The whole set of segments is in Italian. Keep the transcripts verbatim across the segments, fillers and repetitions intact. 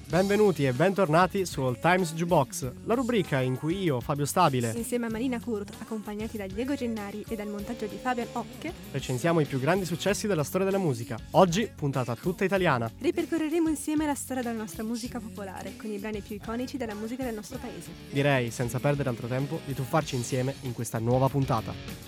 Benvenuti e bentornati su All Times Jukebox, la rubrica in cui io, Fabio Stabile, insieme a Marina Kurt, accompagnati da Diego Gennari e dal montaggio di Fabian Ocche, recensiamo i più grandi successi della storia della musica. Oggi, puntata tutta italiana. Ripercorreremo insieme la storia della nostra musica popolare, con i brani più iconici della musica del nostro paese. Direi, senza perdere altro tempo, di tuffarci insieme in questa nuova puntata.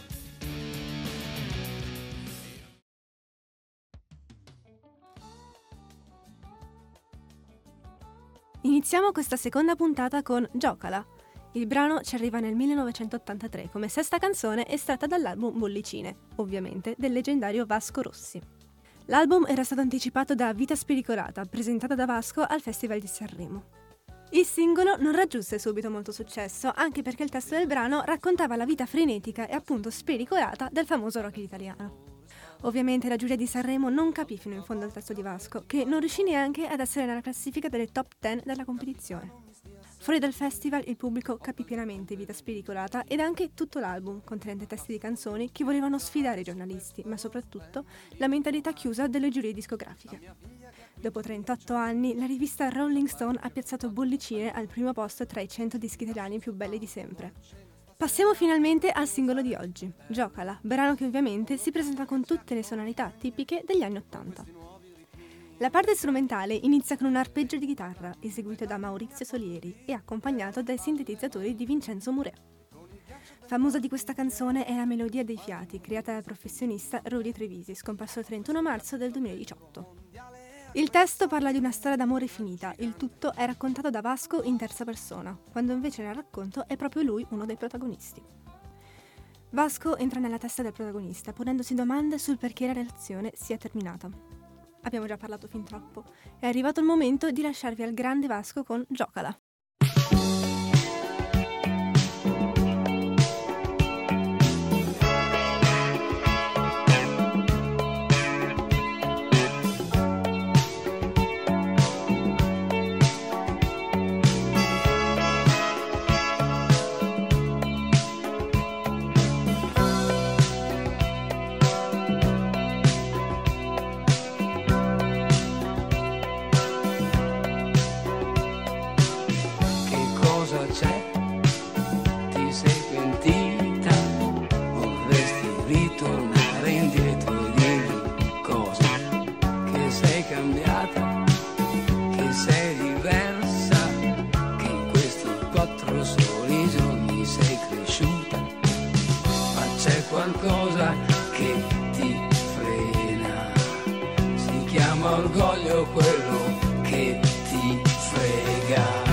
Iniziamo questa seconda puntata con Giocala. Il brano ci arriva nel millenovecentottantatré come sesta canzone estratta dall'album Bollicine, ovviamente del leggendario Vasco Rossi. L'album era stato anticipato da Vita Spericolata, presentata da Vasco al Festival di Sanremo. Il singolo non raggiunse subito molto successo, anche perché il testo del brano raccontava la vita frenetica e appunto spericolata del famoso rocker italiano. Ovviamente la giuria di Sanremo non capì fino in fondo il testo di Vasco, che non riuscì neanche ad essere nella classifica delle top dieci della competizione. Fuori dal festival il pubblico capì pienamente Vita Spericolata ed anche tutto l'album, contenente testi di canzoni che volevano sfidare i giornalisti, ma soprattutto la mentalità chiusa delle giurie discografiche. Dopo trentotto anni, la rivista Rolling Stone ha piazzato Bollicine al primo posto tra i cento dischi italiani più belli di sempre. Passiamo finalmente al singolo di oggi, Giocala, brano che ovviamente si presenta con tutte le sonorità tipiche degli anni Ottanta. La parte strumentale inizia con un arpeggio di chitarra eseguito da Maurizio Solieri e accompagnato dai sintetizzatori di Vincenzo Murè. Famosa di questa canzone è la melodia dei fiati, creata dal professionista Rudy Trevisi, scomparso il trentuno marzo del duemiladiciotto. Il testo parla di una storia d'amore finita, il tutto è raccontato da Vasco in terza persona, quando invece nel racconto è proprio lui uno dei protagonisti. Vasco entra nella testa del protagonista, ponendosi domande sul perché la relazione sia terminata. Abbiamo già parlato fin troppo, è arrivato il momento di lasciarvi al grande Vasco con Giocala. Qualcosa che ti frena, si chiama orgoglio quello che ti frega.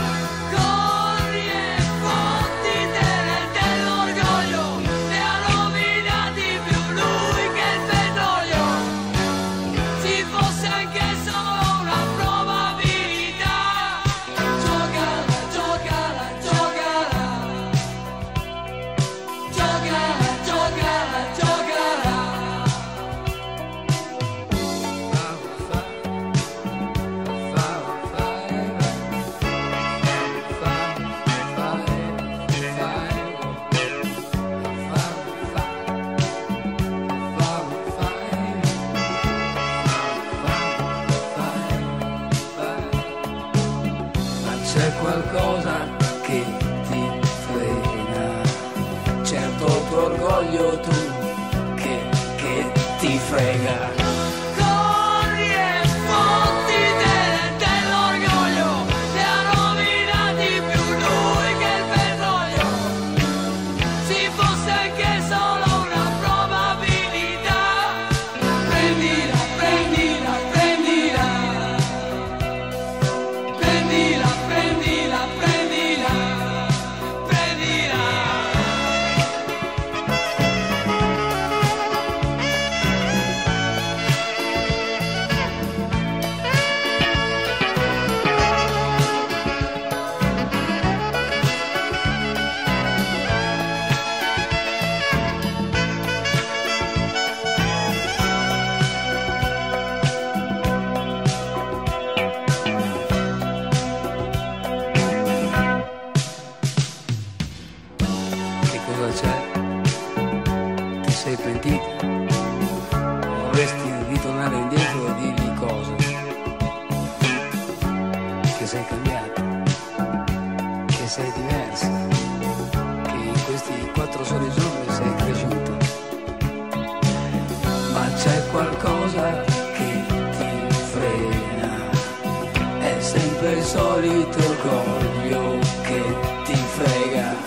C'è qualcosa che ti frena, certo il tuo orgoglio tu che, che ti frega. sei pentita, vorresti ritornare indietro e dirgli cosa? Che sei l'orizzonte sei cresciuta, ma c'è qualcosa che ti frena, è sempre il solito orgoglio che ti frega.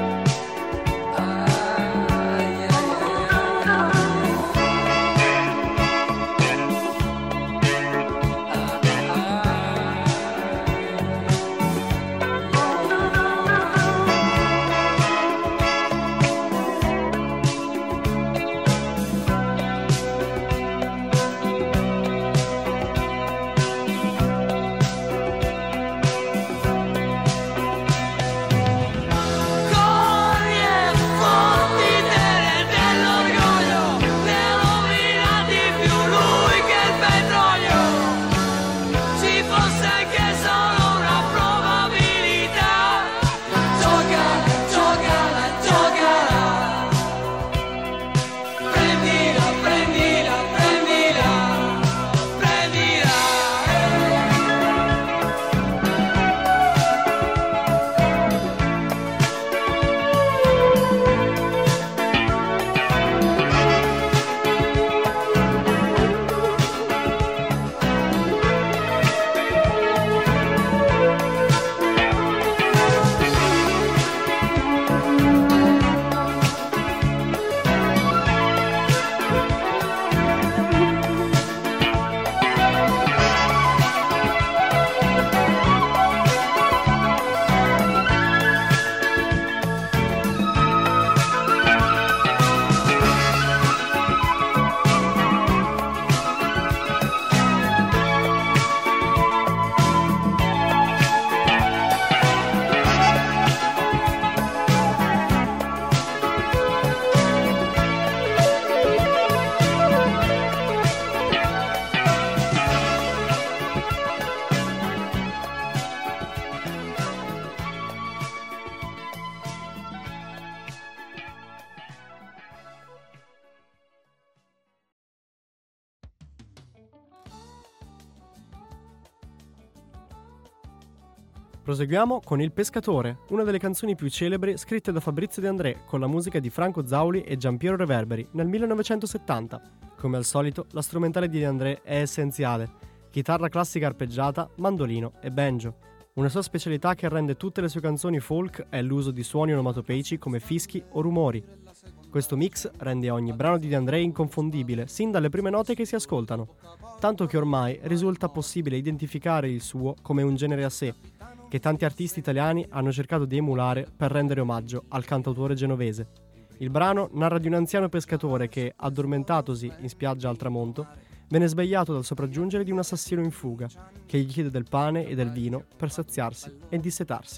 Proseguiamo con Il Pescatore, una delle canzoni più celebri scritte da Fabrizio De André con la musica di Franco Zauli e Giampiero Reverberi nel millenovecentosettanta. Come al solito, la strumentale di De André è essenziale: chitarra classica arpeggiata, mandolino e banjo. Una sua specialità che rende tutte le sue canzoni folk è l'uso di suoni onomatopeici come fischi o rumori. Questo mix rende ogni brano di De André inconfondibile sin dalle prime note che si ascoltano, tanto che ormai risulta possibile identificare il suo come un genere a sé, che tanti artisti italiani hanno cercato di emulare per rendere omaggio al cantautore genovese. Il brano narra di un anziano pescatore che, addormentatosi in spiaggia al tramonto, viene svegliato dal sopraggiungere di un assassino in fuga, che gli chiede del pane e del vino per saziarsi e dissetarsi.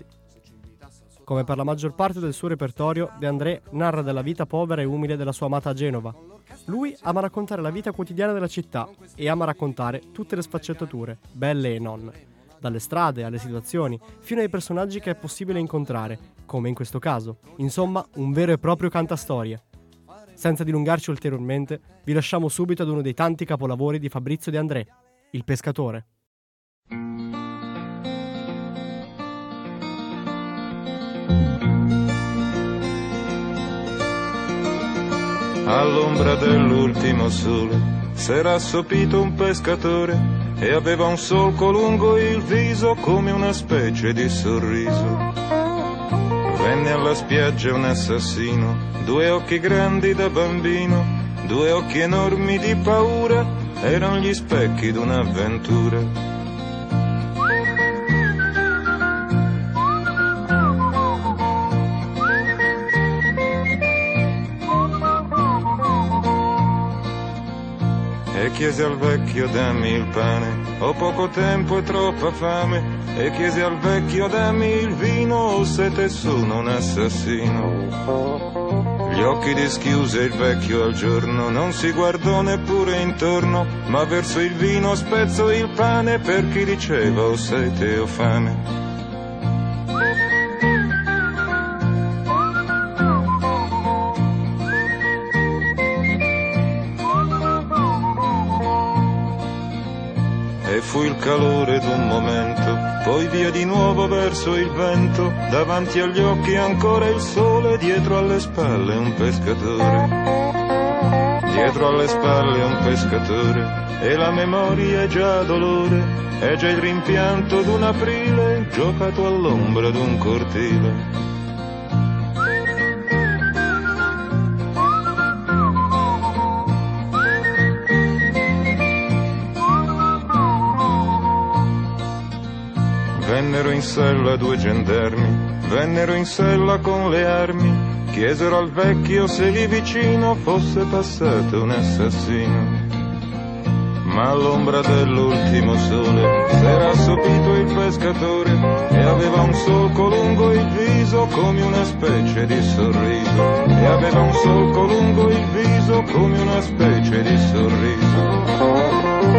Come per la maggior parte del suo repertorio, De André narra della vita povera e umile della sua amata Genova. Lui ama raccontare la vita quotidiana della città e ama raccontare tutte le sfaccettature, belle e non, dalle strade alle situazioni, fino ai personaggi che è possibile incontrare, come in questo caso. Insomma, un vero e proprio cantastorie. Senza dilungarci ulteriormente, vi lasciamo subito ad uno dei tanti capolavori di Fabrizio De André, Il Pescatore. All'ombra dell'ultimo sole s'era assopito un pescatore e aveva un solco lungo il viso come una specie di sorriso. Venne alla spiaggia un assassino, due occhi grandi da bambino, due occhi enormi di paura, erano gli specchi d'un'avventura. E chiese al vecchio dammi il pane, ho poco tempo e troppa fame. E chiese al vecchio dammi il vino, ho sete e sono un assassino. Gli occhi dischiuse il vecchio al giorno, non si guardò neppure intorno, ma verso il vino spezzò il pane per chi diceva ho sete o fame. fu il calore d'un momento, poi via di nuovo verso il vento, davanti agli occhi ancora il sole, dietro alle spalle un pescatore. Dietro alle spalle un pescatore, e la memoria è già dolore, è già il rimpianto d'un aprile, giocato all'ombra d'un cortile. Vennero in sella due gendarmi, vennero in sella con le armi, chiesero al vecchio se lì vicino fosse passato un assassino. Ma all'ombra dell'ultimo sole s'era assopito il pescatore e aveva un solco lungo il viso come una specie di sorriso. E aveva un solco lungo il viso come una specie di sorriso.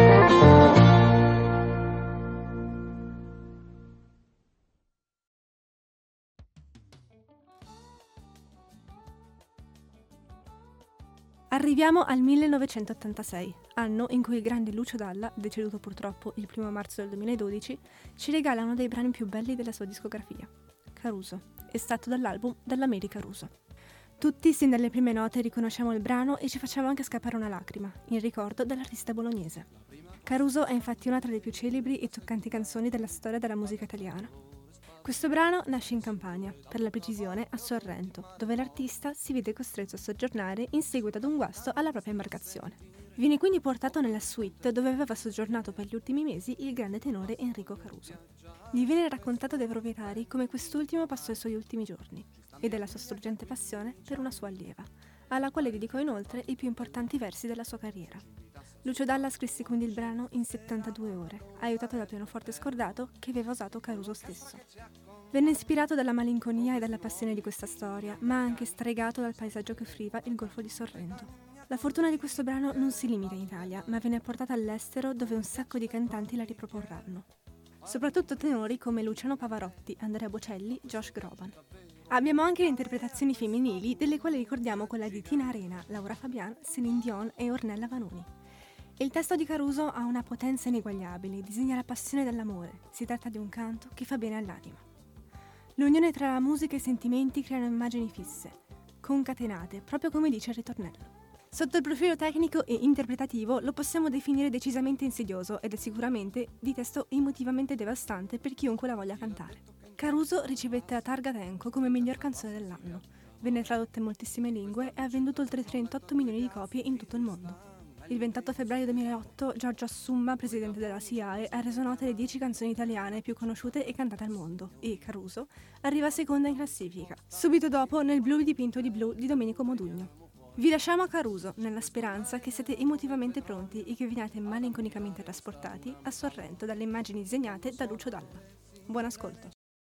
Arriviamo al millenovecentottantasei, anno in cui il grande Lucio Dalla, deceduto purtroppo il primo marzo del duemiladodici, ci regala uno dei brani più belli della sua discografia, Caruso, estratto dall'album Dall'America Ruso. Tutti, sin dalle prime note, riconosciamo il brano e ci facciamo anche scappare una lacrima, in ricordo dell'artista bolognese. Caruso è infatti una tra le più celebri e toccanti canzoni della storia della musica italiana. Questo brano nasce in Campania, per la precisione a Sorrento, dove l'artista si vede costretto a soggiornare in seguito ad un guasto alla propria imbarcazione. Viene quindi portato nella suite dove aveva soggiornato per gli ultimi mesi il grande tenore Enrico Caruso. Gli viene raccontato dai proprietari come quest'ultimo passò i suoi ultimi giorni e della sua struggente passione per una sua allieva, alla quale dedicò inoltre i più importanti versi della sua carriera. Lucio Dalla scrisse quindi il brano in settantadue ore, aiutato dal pianoforte scordato che aveva usato Caruso stesso. Venne ispirato dalla malinconia e dalla passione di questa storia, ma anche stregato dal paesaggio che offriva il Golfo di Sorrento. La fortuna di questo brano non si limita in Italia, ma venne portata all'estero dove un sacco di cantanti la riproporranno. Soprattutto tenori come Luciano Pavarotti, Andrea Bocelli, Josh Groban. Abbiamo anche le interpretazioni femminili, delle quali ricordiamo quella di Tina Arena, Laura Fabian, Céline Dion e Ornella Vanoni. Il testo di Caruso ha una potenza ineguagliabile, disegna la passione dell'amore. Si tratta di un canto che fa bene all'anima. L'unione tra la musica e i sentimenti creano immagini fisse, concatenate, proprio come dice il ritornello. Sotto il profilo tecnico e interpretativo lo possiamo definire decisamente insidioso ed è sicuramente di testo emotivamente devastante per chiunque la voglia cantare. Caruso ricevette la targa Tenco come miglior canzone dell'anno. Venne tradotta in moltissime lingue e ha venduto oltre trentotto milioni di copie in tutto il mondo. Il ventotto febbraio duemilaotto Giorgio Assumma, presidente della S I A E, ha reso note le dieci canzoni italiane più conosciute e cantate al mondo e Caruso arriva seconda in classifica, subito dopo Nel blu dipinto di blu di Domenico Modugno. Vi lasciamo a Caruso, nella speranza che siete emotivamente pronti e che veniate malinconicamente trasportati a Sorrento dalle immagini disegnate da Lucio Dalla. Buon ascolto.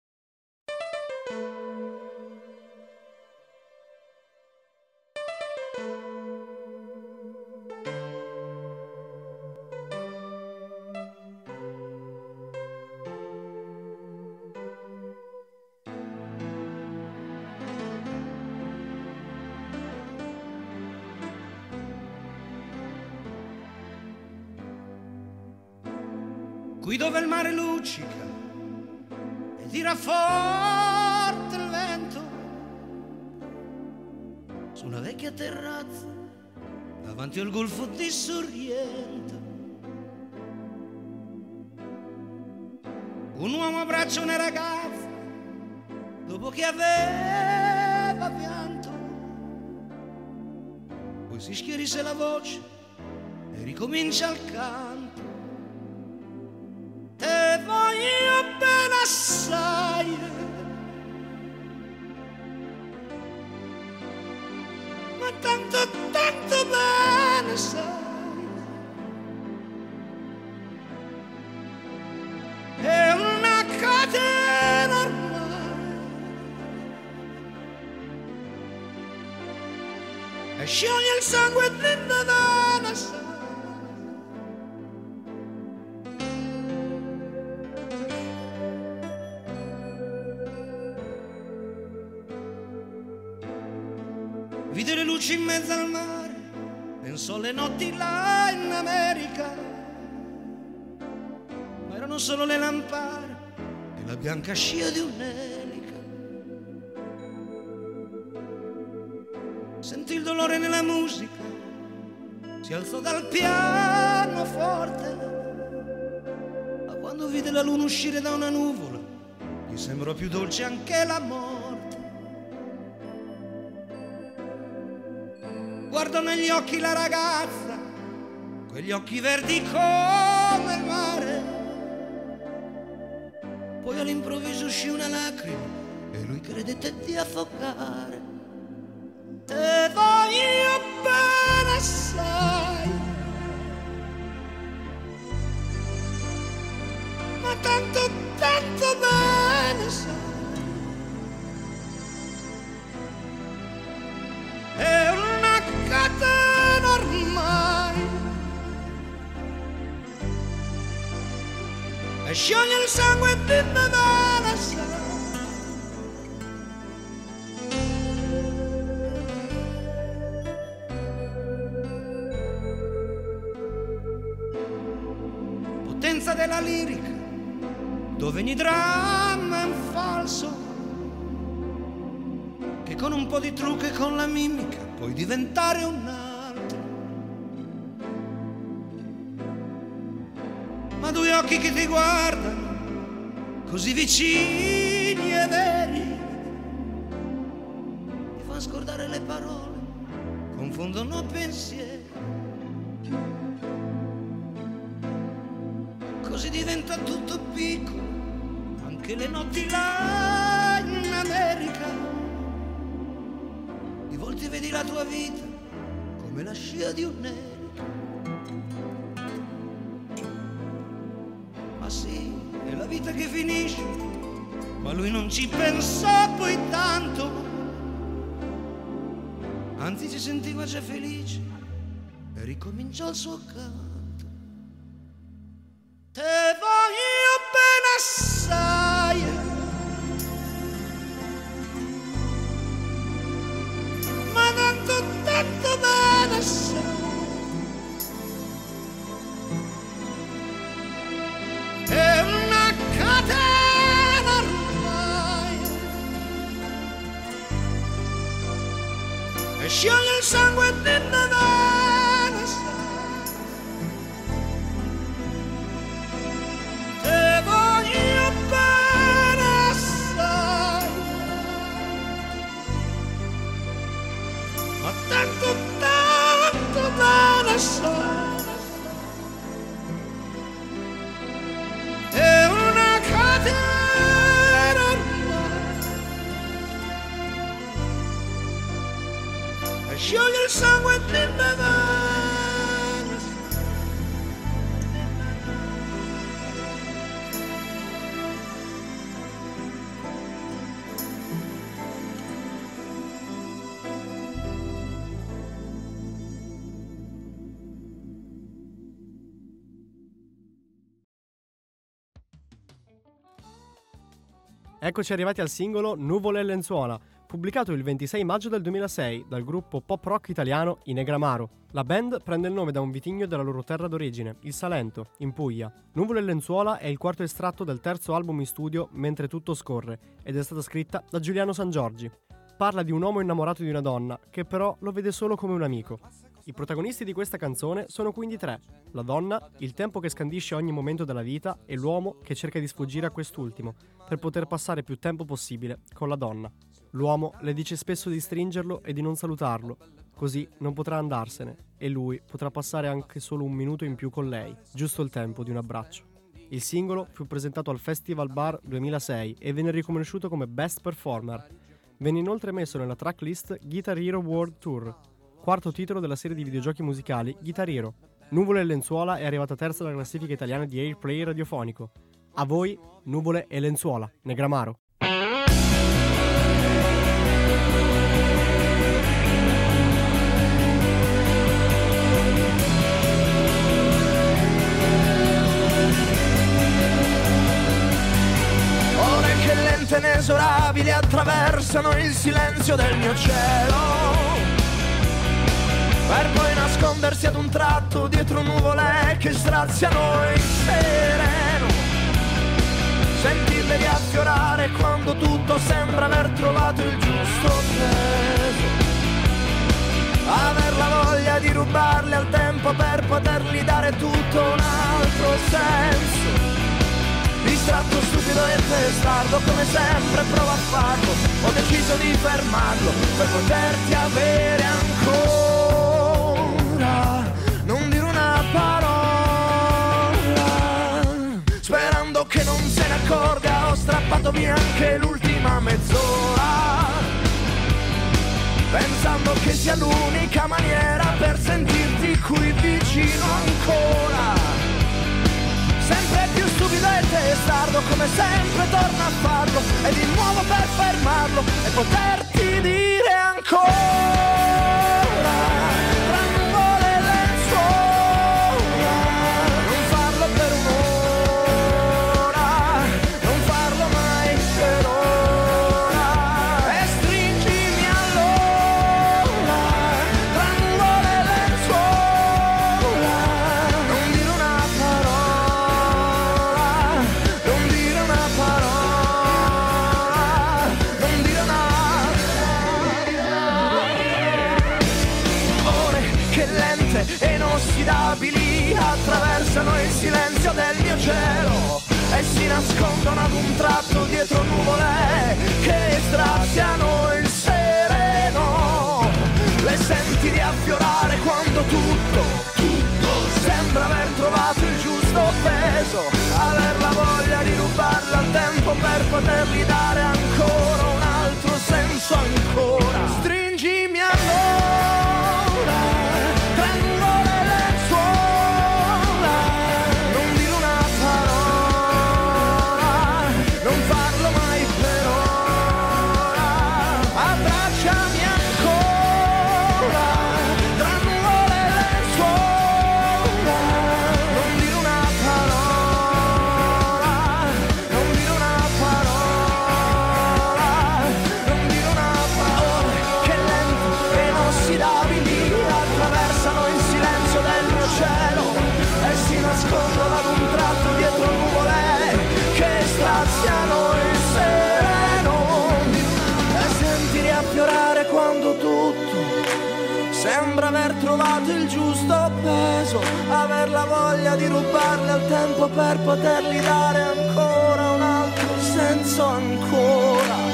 Qui dove il mare luccica e tira forte il vento, su una vecchia terrazza davanti al golfo di Sorrento, un uomo abbraccia una ragazza dopo che aveva pianto, poi si schierisse la voce e ricomincia il canto. Assai, ma tanto, tanto bene sai, è una catena ormai, e scioglie il sangue dentro da una sai. Vide le luci in mezzo al mare, pensò alle notti là in America, erano solo le lampade e la bianca scia di un'elica. Sentì il dolore nella musica, si alzò dal pianoforte, ma quando vide la luna uscire da una nuvola, gli sembrò più dolce anche la morte. Guardò negli occhi la ragazza, quegli occhi verdi come il mare. Poi all'improvviso uscì una lacrima e lui credette di affogare. Te voglio bene assai, ma tanto, tanto bene sai. È una catena ormai e scioglie il sangue di me bene sai. Potenza della lirica, dove ogni dramma è un falso, che con un po' di trucco e con la mimica puoi diventare un altro. Ma due occhi che ti guardano, così vicini e veri, ti fanno scordare le parole, confondono pensieri. Così diventa tutto piccolo, anche le notti là in America. Di volte vedi la tua vita come la scia di un'elica. Ma sì, è la vita che finisce, ma lui non ci pensò poi tanto, anzi si sentiva già felice e ricominciò il suo canto. Te voglio bene assai, ma tanto, tanto bene assai. È una catena ormai e scioglie il sangue di me bene assai. Tanto, tanto bene sai. È una catena ormai e scioglie il sangue di me bene sai. Eccoci arrivati al singolo Nuvole e lenzuola, pubblicato il ventisei maggio del duemilasei dal gruppo pop rock italiano I Negramaro. La band prende il nome da un vitigno della loro terra d'origine, il Salento, in Puglia. Nuvole e lenzuola è il quarto estratto del terzo album in studio Mentre tutto scorre ed è stata scritta da Giuliano Sangiorgi. Parla di un uomo innamorato di una donna, che però lo vede solo come un amico. I protagonisti di questa canzone sono quindi tre: la donna, il tempo che scandisce ogni momento della vita, e l'uomo che cerca di sfuggire a quest'ultimo per poter passare più tempo possibile con la donna. L'uomo le dice spesso di stringerlo e di non salutarlo, così non potrà andarsene e lui potrà passare anche solo un minuto in più con lei, giusto il tempo di un abbraccio. Il singolo fu presentato al Festival Bar duemilasei e venne riconosciuto come Best Performer. Venne inoltre messo nella tracklist Guitar Hero World Tour, quarto titolo della serie di videogiochi musicali Guitar Hero. Nuvole e lenzuola è arrivata terza alla classifica italiana di Airplay radiofonico. A voi, Nuvole e lenzuola, Negramaro. Ore che lente e inesorabili attraversano il silenzio del mio cielo, per poi nascondersi ad un tratto dietro nuvole che straziano il sereno. sentirle riaffiorare quando tutto sembra aver trovato il giusto peso, aver la voglia di rubarle al tempo per potergli dare tutto un altro senso. Distratto, stupido e testardo, come sempre provo a farlo, ho deciso di fermarlo per poterti avere ancora, non dire una parola, sperando che non se ne accorga, ho strappato via anche l'ultima mezz'ora, pensando che sia l'unica maniera per sentirti qui vicino ancora. Sempre più stupido e testardo, come sempre torno a farlo, e di nuovo per fermarlo e poterti dire ancora, tra nuvole e lenzuola, non farlo per un'ora, non farlo mai per ora, e stringimi allora, tra nuvole e lenzuola, non dire una parola, e inossidabili attraversano il silenzio del mio cielo e si nascondono ad un tratto dietro nuvole che straziano il sereno. Le senti riaffiorare quando tutto, tutto sembra aver trovato il giusto peso, aver la voglia di rubarle al tempo per potergli dare ancora un altro senso ancora. Stringimi allora, tra nuvole e lenzuola, non dire una parola, non farlo mai per ora, abbracciami ancora, tra nuvole e lenzuola, non dire una parola, non dire una parola, non dire una parola, che lento e inossidabili attraversano il silenzio del mio cielo e si nascondono ad un tratto dietro nuvole che straziano il sereno. E senti riaffiorare quando tutto sembra aver trovato il giusto peso, aver la voglia di rubarle al tempo per potergli dare ancora un altro senso ancora.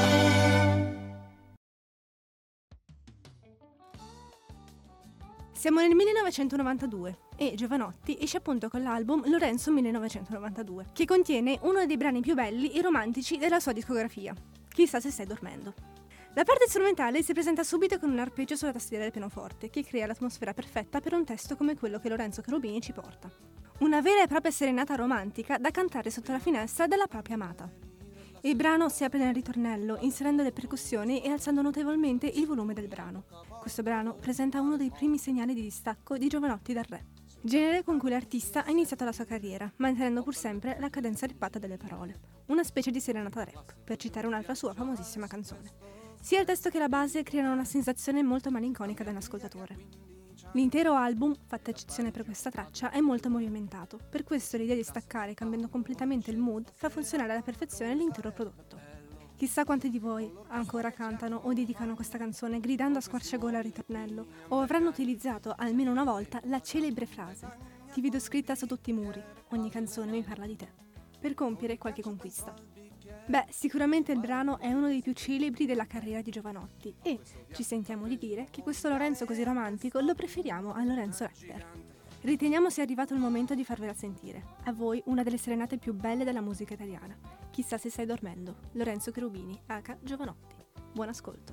Siamo nel millenovecentonovantadue e Jovanotti esce appunto con l'album Lorenzo millenovecentonovantadue, che contiene uno dei brani più belli e romantici della sua discografia, Chissà se stai dormendo. La parte strumentale si presenta subito con un arpeggio sulla tastiera del pianoforte, che crea l'atmosfera perfetta per un testo come quello che Lorenzo Cherubini ci porta. Una vera e propria serenata romantica da cantare sotto la finestra della propria amata. Il brano si apre nel ritornello, inserendo le percussioni e alzando notevolmente il volume del brano. Questo brano presenta uno dei primi segnali di distacco di Jovanotti dal rap, genere con cui l'artista ha iniziato la sua carriera, mantenendo pur sempre la cadenza rippata delle parole. Una specie di serenata rap, per citare un'altra sua famosissima canzone. Sia il testo che la base creano una sensazione molto malinconica dell'ascoltatore. L'intero album, fatta eccezione per questa traccia, è molto movimentato, per questo l'idea di staccare cambiando completamente il mood fa funzionare alla perfezione l'intero prodotto. Chissà quanti di voi ancora cantano o dedicano questa canzone gridando a squarciagola al ritornello, o avranno utilizzato almeno una volta la celebre frase «Ti vedo scritta su tutti i muri, ogni canzone mi parla di te», per compiere qualche conquista. Beh, sicuramente il brano è uno dei più celebri della carriera di Jovanotti e ci sentiamo di dire che questo Lorenzo così romantico lo preferiamo a Lorenzo rapper. Riteniamo sia arrivato il momento di farvela sentire. A voi una delle serenate più belle della musica italiana. Chissà se stai dormendo. Lorenzo Cherubini, aka Jovanotti. Buon ascolto.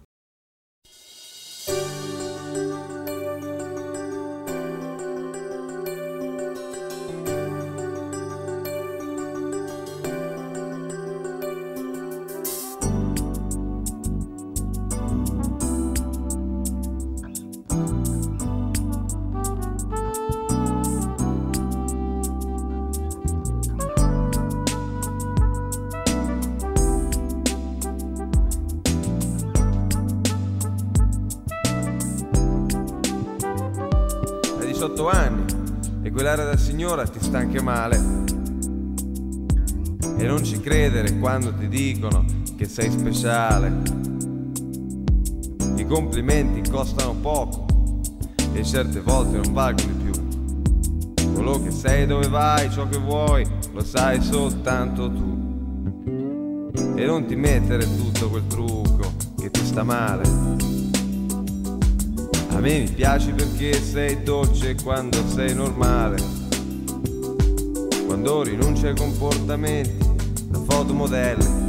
diciotto anni e quell'aria da signora ti sta anche male. e non ci credere quando ti dicono che sei speciale. I complimenti costano poco e certe volte non valgono più. Quello che sei, dove vai, ciò che vuoi, lo sai soltanto tu. E non ti mettere tutto quel trucco che ti sta male. A me mi piaci perché sei dolce quando sei normale, quando rinunci ai comportamenti da fotomodelle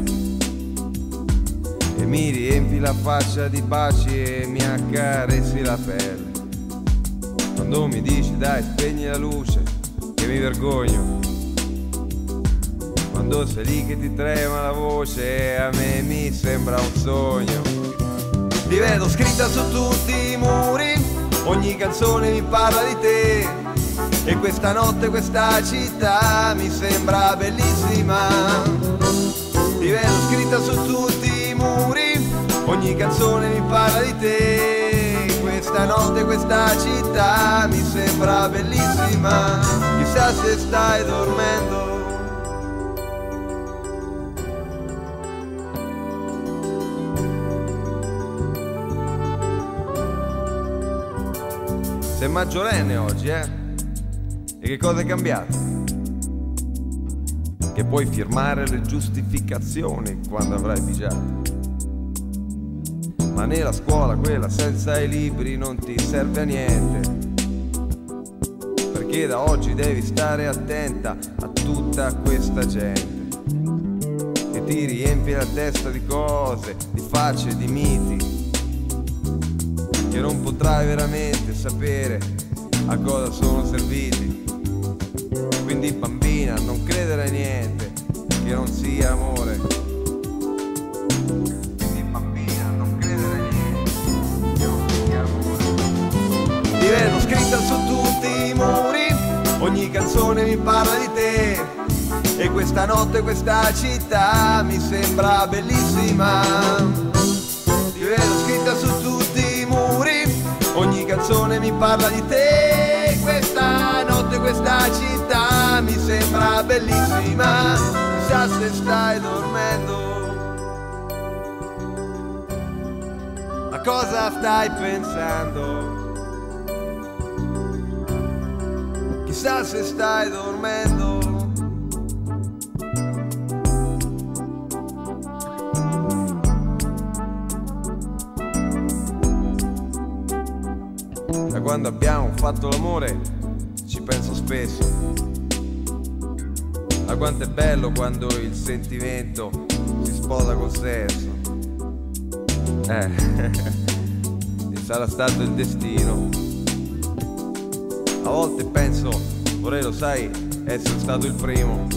e mi riempi la faccia di baci e mi accarezzi la pelle, quando mi dici dai spegni la luce che mi vergogno, quando sei lì che ti trema la voce e a me mi sembra un sogno. Ti vedo scritta su tutti i muri, ogni canzone mi parla di te e questa notte questa città mi sembra bellissima. Ti vedo scritta su tutti i muri, ogni canzone mi parla di te. Questa notte questa città mi sembra bellissima. Chissà se stai dormendo. Sei maggiorenne oggi, eh? E che cosa è cambiato? Che puoi firmare le giustificazioni quando avrai pigiato. Ma nella scuola quella senza i libri non ti serve a niente, perché da oggi devi stare attenta a tutta questa gente che ti riempie la testa di cose, di facce, di miti che non potrai veramente sapere a cosa sono serviti. Quindi bambina, non credere a niente che non sia amore. Quindi bambina, non credere a niente che non sia amore. Ti vedo scritta su tutti i muri, ogni canzone mi parla di te e questa notte questa città mi sembra bellissima. Ti vedo scritta su tutti i muri, ogni canzone mi parla di te. Questa notte questa città mi sembra bellissima. Chissà se stai dormendo. A cosa stai pensando? Chissà se stai dormendo. Da quando abbiamo fatto l'amore ci penso spesso a quanto è bello quando il sentimento si sposa col sesso. Eh, e sarà stato il destino. A volte penso, vorrei, lo sai, essere stato il primo,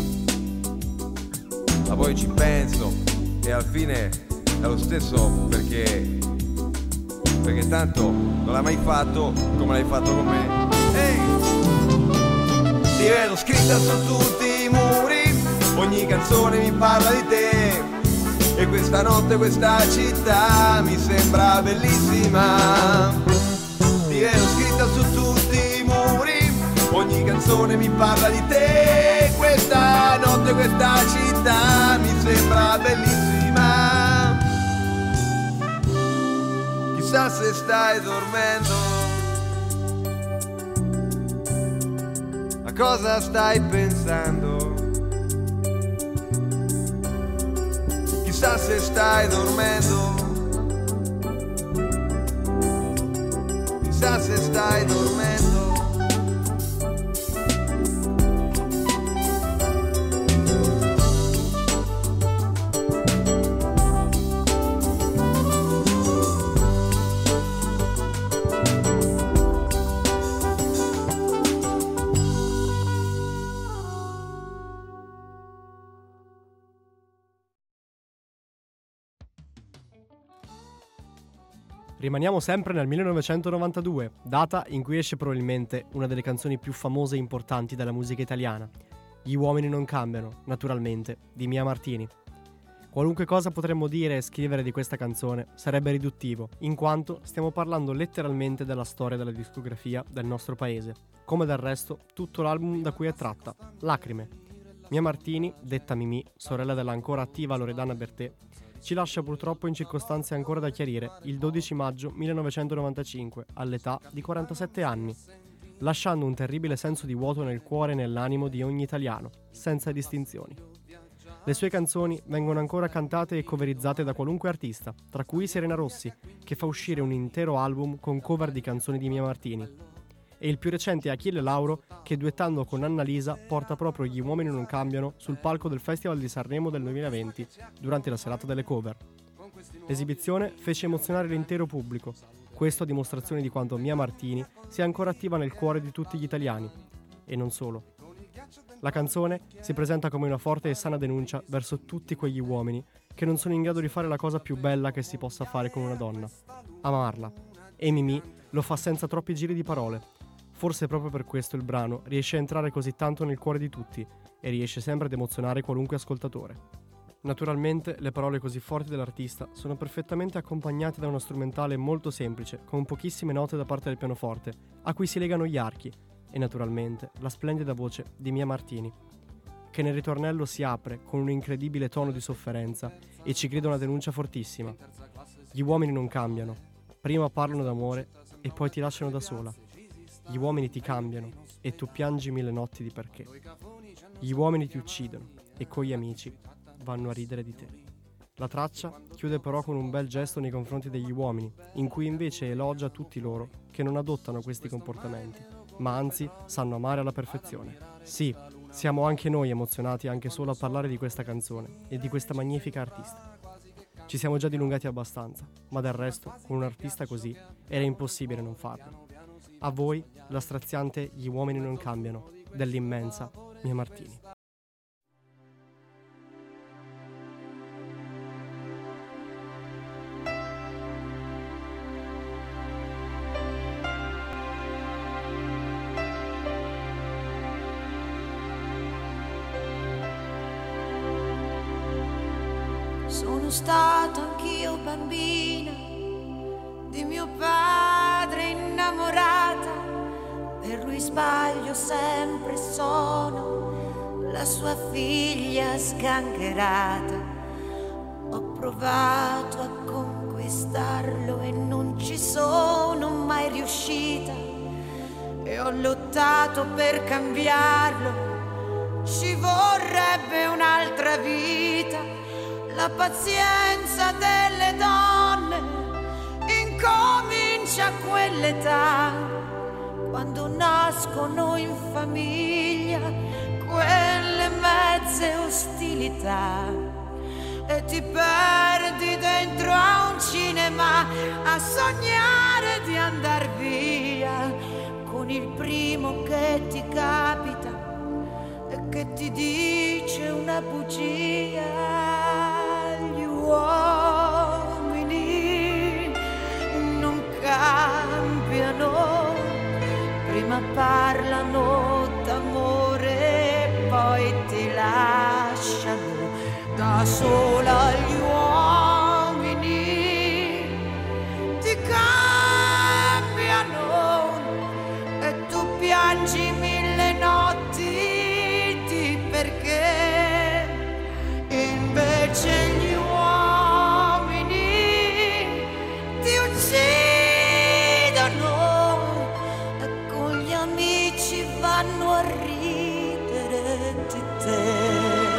ma poi ci penso e alla fine è lo stesso, perché perché tanto non l'hai mai fatto come l'hai fatto con me. Ehi! Ti vedo scritta su tutti i muri, ogni canzone mi parla di te e questa notte questa città mi sembra bellissima. Ti vedo scritta su tutti i muri, ogni canzone mi parla di te. Questa notte questa città mi sembra bellissima. Chissà se stai dormendo. A cosa stai pensando? Chissà se stai dormendo. Chissà se stai dormendo. Rimaniamo sempre nel millenovecentonovantadue, data in cui esce probabilmente una delle canzoni più famose e importanti della musica italiana. Gli uomini non cambiano, naturalmente, di Mia Martini. Qualunque cosa potremmo dire e scrivere di questa canzone sarebbe riduttivo, in quanto stiamo parlando letteralmente della storia della discografia del nostro paese, come del resto tutto l'album da cui è tratta, Lacrime. Mia Martini, detta Mimì, sorella della ancora attiva Loredana Bertè, ci lascia purtroppo in circostanze ancora da chiarire il dodici maggio millenovecentonovantacinque, all'età di quarantasette anni, lasciando un terribile senso di vuoto nel cuore e nell'animo di ogni italiano, senza distinzioni. Le sue canzoni vengono ancora cantate e coverizzate da qualunque artista, tra cui Serena Rossi, che fa uscire un intero album con cover di canzoni di Mia Martini, e il più recente Achille Lauro, che duettando con Annalisa porta proprio Gli uomini non cambiano sul palco del Festival di Sanremo del duemilaventi durante la serata delle cover. L'esibizione fece emozionare l'intero pubblico, questo a dimostrazione di quanto Mia Martini sia ancora attiva nel cuore di tutti gli italiani, e non solo. La canzone si presenta come una forte e sana denuncia verso tutti quegli uomini che non sono in grado di fare la cosa più bella che si possa fare con una donna, amarla, e Mimì lo fa senza troppi giri di parole. Forse proprio per questo il brano riesce a entrare così tanto nel cuore di tutti e riesce sempre ad emozionare qualunque ascoltatore. Naturalmente le parole così forti dell'artista sono perfettamente accompagnate da uno strumentale molto semplice, con pochissime note da parte del pianoforte, a cui si legano gli archi, e naturalmente la splendida voce di Mia Martini, che nel ritornello si apre con un incredibile tono di sofferenza e ci grida una denuncia fortissima. Gli uomini non cambiano, prima parlano d'amore e poi ti lasciano da sola. Gli uomini ti cambiano e tu piangi mille notti di perché. Gli uomini ti uccidono e con gli amici vanno a ridere di te. La traccia chiude però con un bel gesto nei confronti degli uomini, in cui invece elogia tutti loro che non adottano questi comportamenti, ma anzi sanno amare alla perfezione. Sì, siamo anche noi emozionati anche solo a parlare di questa canzone e di questa magnifica artista. Ci siamo già dilungati abbastanza, ma del resto, con un artista così, era impossibile non farlo. A voi la straziante Gli uomini non cambiano, dell'immensa Mia Martini. Sono stata anch'io bambina di mio padre innamorata, per lui sbaglio sempre sono la sua figlia sgangherata. Ho provato a conquistarlo e non ci sono mai riuscita, e ho lottato per cambiarlo, ci vorrebbe un'altra vita. La pazienza delle donne incomincia a quell'età, quando nascono in famiglia quelle mezze ostilità, e ti perdi dentro a un cinema a sognare di andar via con il primo che ti capita e che ti dice una bugia. Gli uomini non cambiano, prima parlano d'amore, poi ti lasciano da sola. Gli uomini ti cambiano e tu piangi mille notti di perché, invece gli uomini ti uccidono e con gli amici vanno a ridere di te.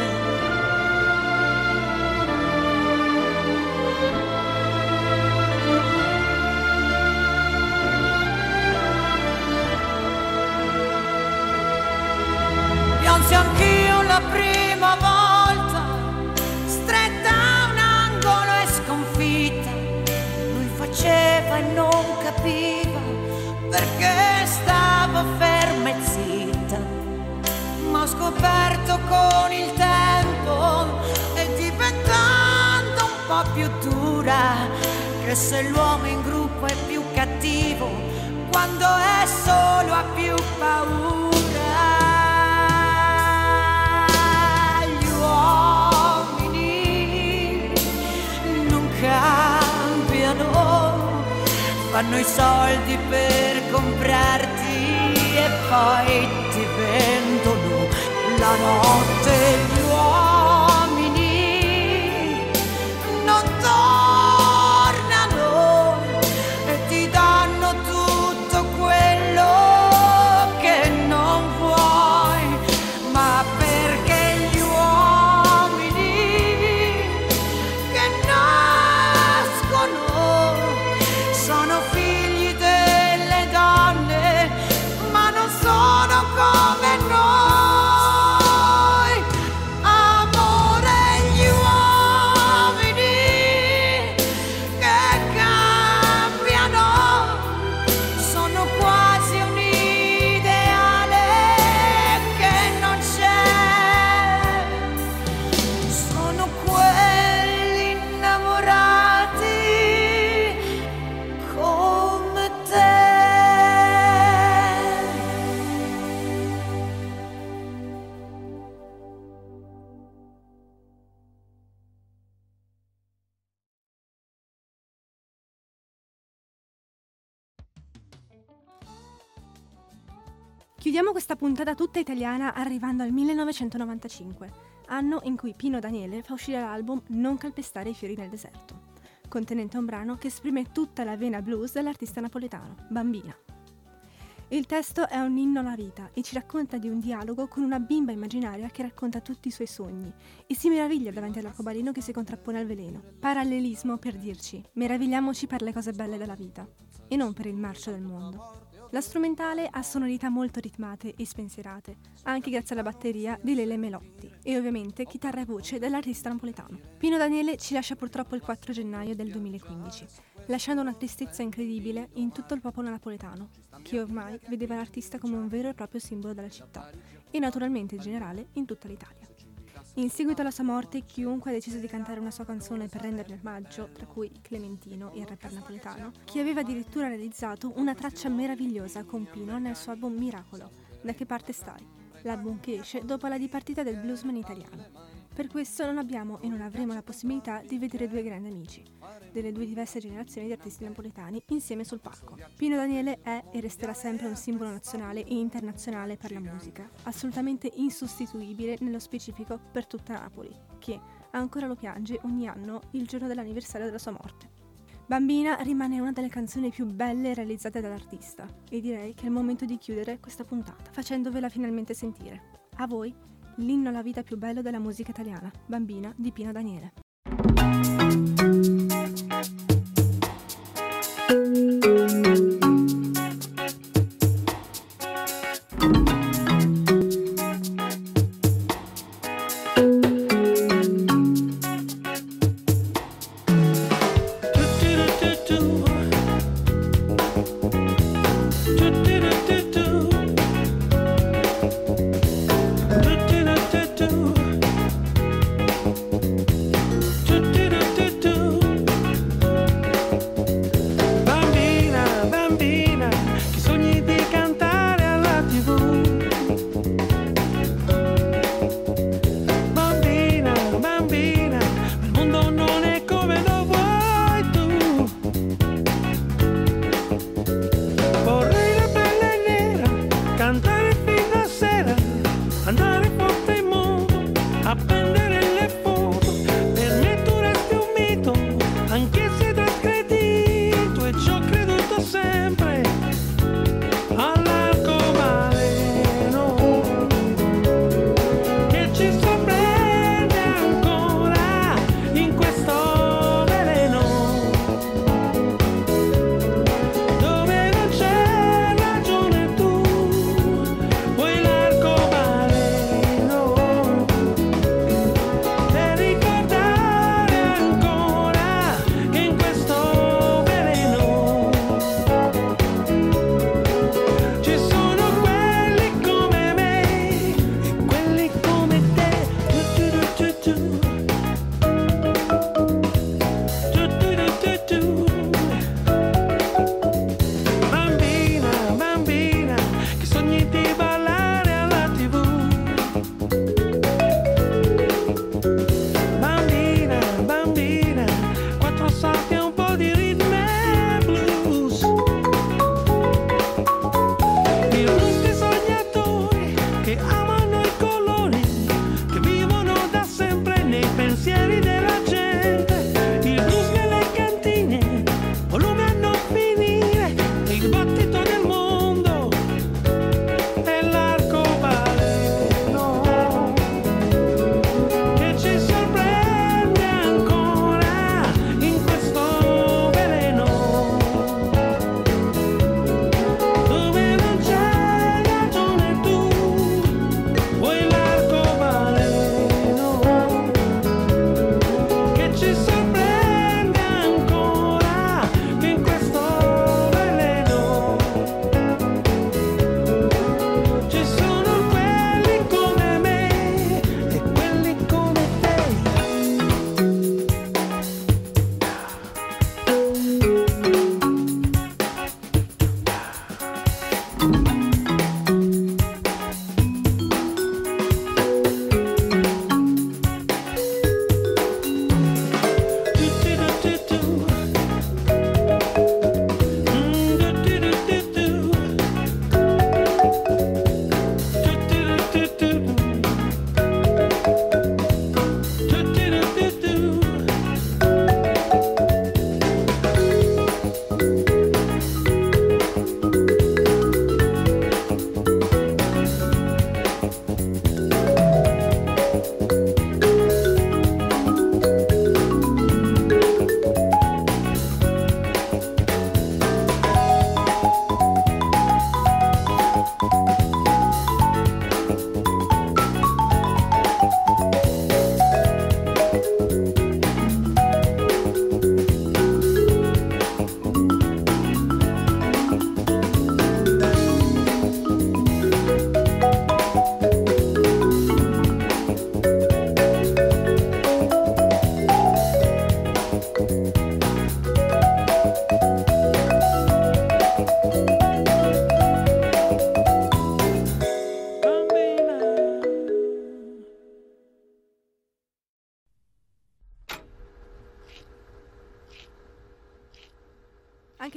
Piansi anch'io la prima volta, stretta a un angolo e sconfitta. Lui faceva e non capiva perché stavo ferma e zitta. Ma ho scoperto con il tempo e diventando un po' più dura che se l'uomo in gruppo è più cattivo quando è solo ha più paura. Fanno i soldi per comprarti e poi ti vendono la notte. Chiudiamo questa puntata tutta italiana arrivando al millenovecentonovantacinque, anno in cui Pino Daniele fa uscire l'album Non calpestare i fiori nel deserto, contenente un brano che esprime tutta la vena blues dell'artista napoletano, Bambina. Il testo è un inno alla vita e ci racconta di un dialogo con una bimba immaginaria che racconta tutti i suoi sogni e si meraviglia davanti all'arcobaleno che si contrappone al veleno. Parallelismo per dirci, meravigliamoci per le cose belle della vita e non per il marcio del mondo. La strumentale ha sonorità molto ritmate e spensierate, anche grazie alla batteria di Lele Melotti e ovviamente chitarra e voce dell'artista napoletano. Pino Daniele ci lascia purtroppo il quattro gennaio del duemilaquindici, lasciando una tristezza incredibile in tutto il popolo napoletano, che ormai vedeva l'artista come un vero e proprio simbolo della città e naturalmente in generale in tutta l'Italia. In seguito alla sua morte, chiunque ha deciso di cantare una sua canzone per rendergli omaggio, tra cui Clementino, il rapper napoletano, che aveva addirittura realizzato una traccia meravigliosa con Pino nel suo album Miracolo, Da che parte stai?, l'album che esce dopo la dipartita del bluesman italiano. Per questo non abbiamo e non avremo la possibilità di vedere due grandi amici, delle due diverse generazioni di artisti napoletani, insieme sul palco. Pino Daniele è e resterà sempre un simbolo nazionale e internazionale per la musica, assolutamente insostituibile nello specifico per tutta Napoli, che ancora lo piange ogni anno il giorno dell'anniversario della sua morte. Bambina rimane una delle canzoni più belle realizzate dall'artista e direi che è il momento di chiudere questa puntata, facendovela finalmente sentire. A voi l'inno alla vita più bello della musica italiana, Bambina di Pino Daniele. Do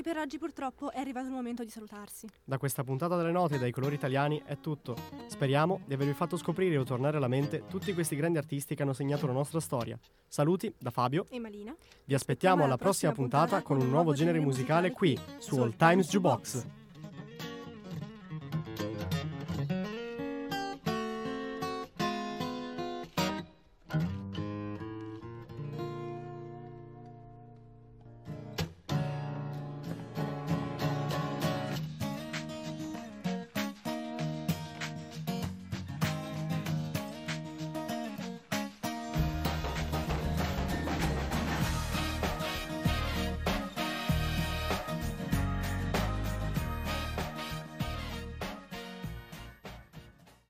per oggi purtroppo è arrivato il momento di salutarsi. Da questa puntata delle note e dai colori italiani è tutto. Speriamo di avervi fatto scoprire o tornare alla mente tutti questi grandi artisti che hanno segnato la nostra storia. Saluti da Fabio e Malina. Vi aspettiamo alla prossima puntata con un nuovo genere musicale qui su All Times Jukebox.